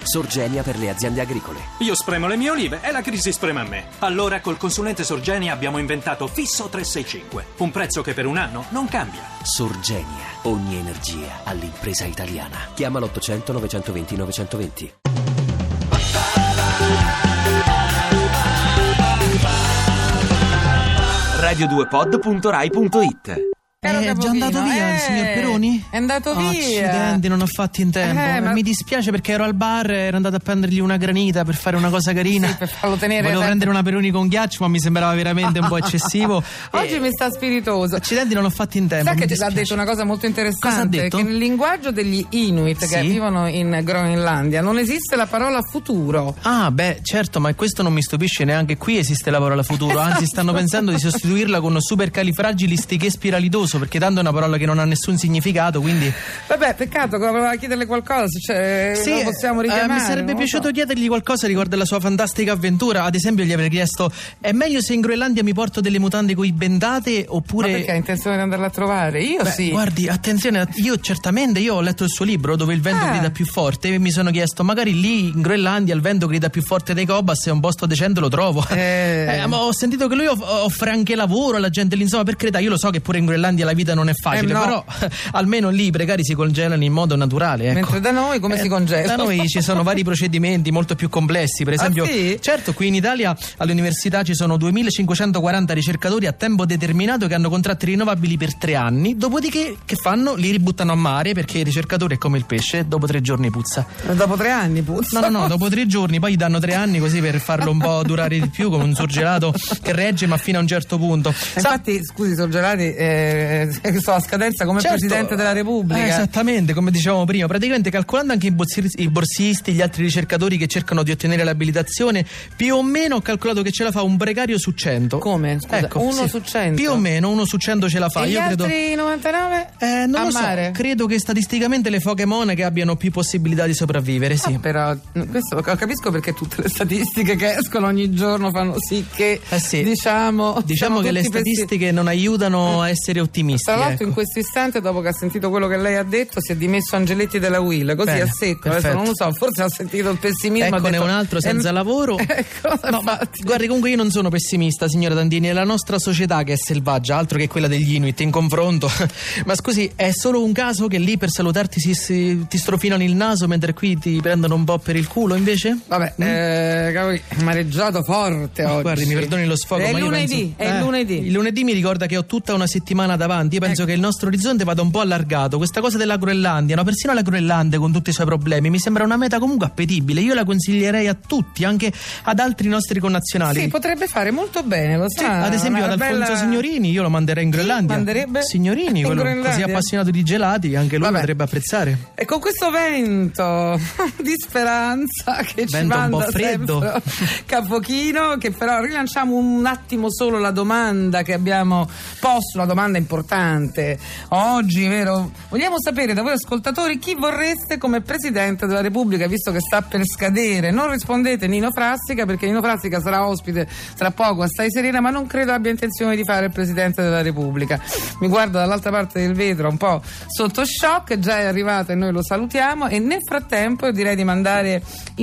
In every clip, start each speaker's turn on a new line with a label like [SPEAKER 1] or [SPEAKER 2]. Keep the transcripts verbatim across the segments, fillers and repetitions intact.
[SPEAKER 1] Sorgenia per le aziende agricole.
[SPEAKER 2] Io spremo le mie olive e la crisi sprema me. Allora col consulente Sorgenia abbiamo inventato Fisso trecentosessantacinque, un prezzo che per un anno non cambia.
[SPEAKER 1] Sorgenia, ogni energia all'impresa italiana. Chiama l'ottocento novecentoventi novecentoventi. radio due pod punto rai punto it.
[SPEAKER 3] Caro
[SPEAKER 4] È già andato via
[SPEAKER 3] eh,
[SPEAKER 4] il signor Peroni?
[SPEAKER 3] È andato
[SPEAKER 4] Oh,
[SPEAKER 3] via.
[SPEAKER 4] Accidenti, non ho fatto in tempo.
[SPEAKER 3] Eh, ma-
[SPEAKER 4] Mi dispiace perché ero al bar, ero andato a prendergli una granita per fare una cosa carina.
[SPEAKER 3] Sì, per farlo tenere
[SPEAKER 4] Volevo
[SPEAKER 3] sempre-
[SPEAKER 4] prendere una Peroni con ghiaccio, ma mi sembrava veramente un po' eccessivo.
[SPEAKER 3] Oggi
[SPEAKER 4] E-
[SPEAKER 3] mi sta spiritoso.
[SPEAKER 4] Accidenti, non l'ho fatto in tempo.
[SPEAKER 3] Sai
[SPEAKER 4] mi
[SPEAKER 3] che ti ha
[SPEAKER 4] dispiace.
[SPEAKER 3] detto una cosa molto interessante?
[SPEAKER 4] Cosa ha detto?
[SPEAKER 3] Che nel linguaggio degli Inuit che
[SPEAKER 4] Sì.
[SPEAKER 3] vivono in Groenlandia non esiste la parola futuro.
[SPEAKER 4] Ah, beh, certo, ma questo non mi stupisce, neanche qui esiste la parola futuro. Anzi, stanno pensando di sostituirla con supercalifragilistichespiralidoso, perché tanto è una parola che non ha nessun significato, quindi.
[SPEAKER 3] Vabbè, peccato, voleva chiederle qualcosa, cioè,
[SPEAKER 4] Sì,
[SPEAKER 3] lo possiamo
[SPEAKER 4] eh,
[SPEAKER 3] richiamare.
[SPEAKER 4] mi sarebbe
[SPEAKER 3] non lo
[SPEAKER 4] piaciuto
[SPEAKER 3] so.
[SPEAKER 4] chiedergli qualcosa riguardo alla sua fantastica avventura. Ad esempio, gli avrei chiesto: è meglio se in Groenlandia mi porto delle mutande coi bendate oppure.
[SPEAKER 3] Ma perché ha intenzione di andarla a trovare? Io
[SPEAKER 4] Beh,
[SPEAKER 3] sì.
[SPEAKER 4] Guardi, attenzione, io certamente io ho letto il suo libro dove il vento
[SPEAKER 3] Ah.
[SPEAKER 4] grida più forte e mi sono chiesto magari lì in Groenlandia il vento grida più forte dei Cobas e un posto decente lo trovo.
[SPEAKER 3] Eh.
[SPEAKER 4] Eh, ma ho sentito che lui off- offre anche lavoro alla gente lì, insomma, per carità, io lo so che pure in Groenlandia la vita non è facile,
[SPEAKER 3] Eh, no.
[SPEAKER 4] però almeno lì i precari si congelano in modo naturale, ecco.
[SPEAKER 3] Mentre da noi come
[SPEAKER 4] Eh,
[SPEAKER 3] si congela?
[SPEAKER 4] Da noi ci sono vari procedimenti molto più complessi, per esempio.
[SPEAKER 3] Ah, sì?
[SPEAKER 4] Certo, qui in Italia all'università ci sono duemilacinquecentoquaranta ricercatori a tempo determinato che hanno contratti rinnovabili per tre anni, dopodiché che fanno? Li ributtano a mare perché il ricercatore è come il pesce, dopo tre giorni puzza.
[SPEAKER 3] Dopo tre anni, puzza.
[SPEAKER 4] No, no, no, dopo tre giorni poi gli danno tre anni così per farlo un po' durare di più, come un surgelato che regge ma fino a un certo punto. Sa-
[SPEAKER 3] Infatti, scusi, Sorgelati, eh, sto a scadenza come
[SPEAKER 4] Certo,
[SPEAKER 3] Presidente della Repubblica.
[SPEAKER 4] eh, esattamente, come dicevamo prima, praticamente calcolando anche i, borsi- i borsisti, gli altri ricercatori che cercano di ottenere l'abilitazione, più o meno ho calcolato che ce la fa un precario su cento.
[SPEAKER 3] Come? Scusa, uno su cento?
[SPEAKER 4] Più o meno uno su cento ce la fa.
[SPEAKER 3] E gli
[SPEAKER 4] Io credo.
[SPEAKER 3] altri novantanove?
[SPEAKER 4] Eh, non
[SPEAKER 3] a
[SPEAKER 4] lo so,
[SPEAKER 3] mare?
[SPEAKER 4] credo che statisticamente le foche monache abbiano più possibilità di sopravvivere, sì.
[SPEAKER 3] Ah, però questo capisco perché tutte le statistiche che escono ogni giorno fanno sì che
[SPEAKER 4] Eh sì.
[SPEAKER 3] diciamo
[SPEAKER 4] Diciamo
[SPEAKER 3] siamo
[SPEAKER 4] che le
[SPEAKER 3] tutti pessi-
[SPEAKER 4] statistiche non aiutano a essere ottimisti.
[SPEAKER 3] Tra l'altro
[SPEAKER 4] ecco.
[SPEAKER 3] in questo istante, dopo che ha sentito quello che lei ha detto, si è dimesso Angeletti della Will, così
[SPEAKER 4] Bene,
[SPEAKER 3] a secco. Adesso
[SPEAKER 4] perfetto.
[SPEAKER 3] non lo so, forse ha sentito il pessimismo. ha
[SPEAKER 4] Eccone
[SPEAKER 3] detto,
[SPEAKER 4] un altro senza
[SPEAKER 3] "Eh,
[SPEAKER 4] lavoro."
[SPEAKER 3] Ecco,
[SPEAKER 4] No, ma guardi, comunque io non sono pessimista, signora Dandini, è la nostra società che è selvaggia, altro che quella degli Inuit in confronto. Ma scusi, è solo un caso che lì per salutarti si, si- ti strofinano il naso mentre qui ti prendono un po' per il culo invece?
[SPEAKER 3] Vabbè, eh, cavoli, mareggiato forte oggi.
[SPEAKER 4] Guardi, mi perdoni lo sfogo,
[SPEAKER 3] È
[SPEAKER 4] ma io
[SPEAKER 3] lunedì,
[SPEAKER 4] penso-
[SPEAKER 3] è il
[SPEAKER 4] Eh,
[SPEAKER 3] lunedì.
[SPEAKER 4] Il lunedì mi ricorda che ho tutta una settimana davanti. Io penso
[SPEAKER 3] Ecco.
[SPEAKER 4] che il nostro orizzonte vada un po' allargato. Questa cosa della Groenlandia, no? Persino la Groenlandia con tutti i suoi problemi, mi sembra una meta comunque appetibile. Io la consiglierei a tutti, anche ad altri nostri connazionali.
[SPEAKER 3] Sì, potrebbe fare molto bene, lo
[SPEAKER 4] Sì,
[SPEAKER 3] sa.
[SPEAKER 4] ad esempio
[SPEAKER 3] una
[SPEAKER 4] ad Alfonso
[SPEAKER 3] bella-
[SPEAKER 4] Signorini io lo manderei in
[SPEAKER 3] Chi
[SPEAKER 4] Groenlandia.
[SPEAKER 3] manderebbe?
[SPEAKER 4] Signorini,
[SPEAKER 3] In
[SPEAKER 4] quello
[SPEAKER 3] Groenlandia?
[SPEAKER 4] così appassionato di gelati, anche lui
[SPEAKER 3] Vabbè.
[SPEAKER 4] potrebbe apprezzare.
[SPEAKER 3] E con questo vento di speranza che ci
[SPEAKER 4] Vento un
[SPEAKER 3] manda
[SPEAKER 4] po' freddo.
[SPEAKER 3] sempre Capochino, che però rilanciamo un attimo solo la domanda che abbiamo posto, una domanda importante oggi, vero? Vogliamo sapere da voi ascoltatori chi vorreste come Presidente della Repubblica, visto che sta per scadere. Non rispondete Nino Frassica, perché Nino Frassica sarà ospite tra poco a Stai Serena, ma non credo abbia intenzione di fare il Presidente della Repubblica. Mi guarda dall'altra parte del vetro un po' sotto shock, già è arrivato e noi lo salutiamo, e nel frattempo io direi di mandare i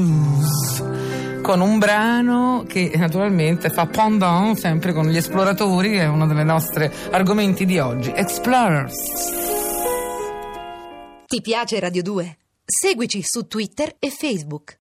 [SPEAKER 3] Muse con un brano che naturalmente fa pendant sempre con gli esploratori, che è uno dei nostri argomenti di oggi. Explorers.
[SPEAKER 5] Ti piace Radio due? Seguici su Twitter e Facebook.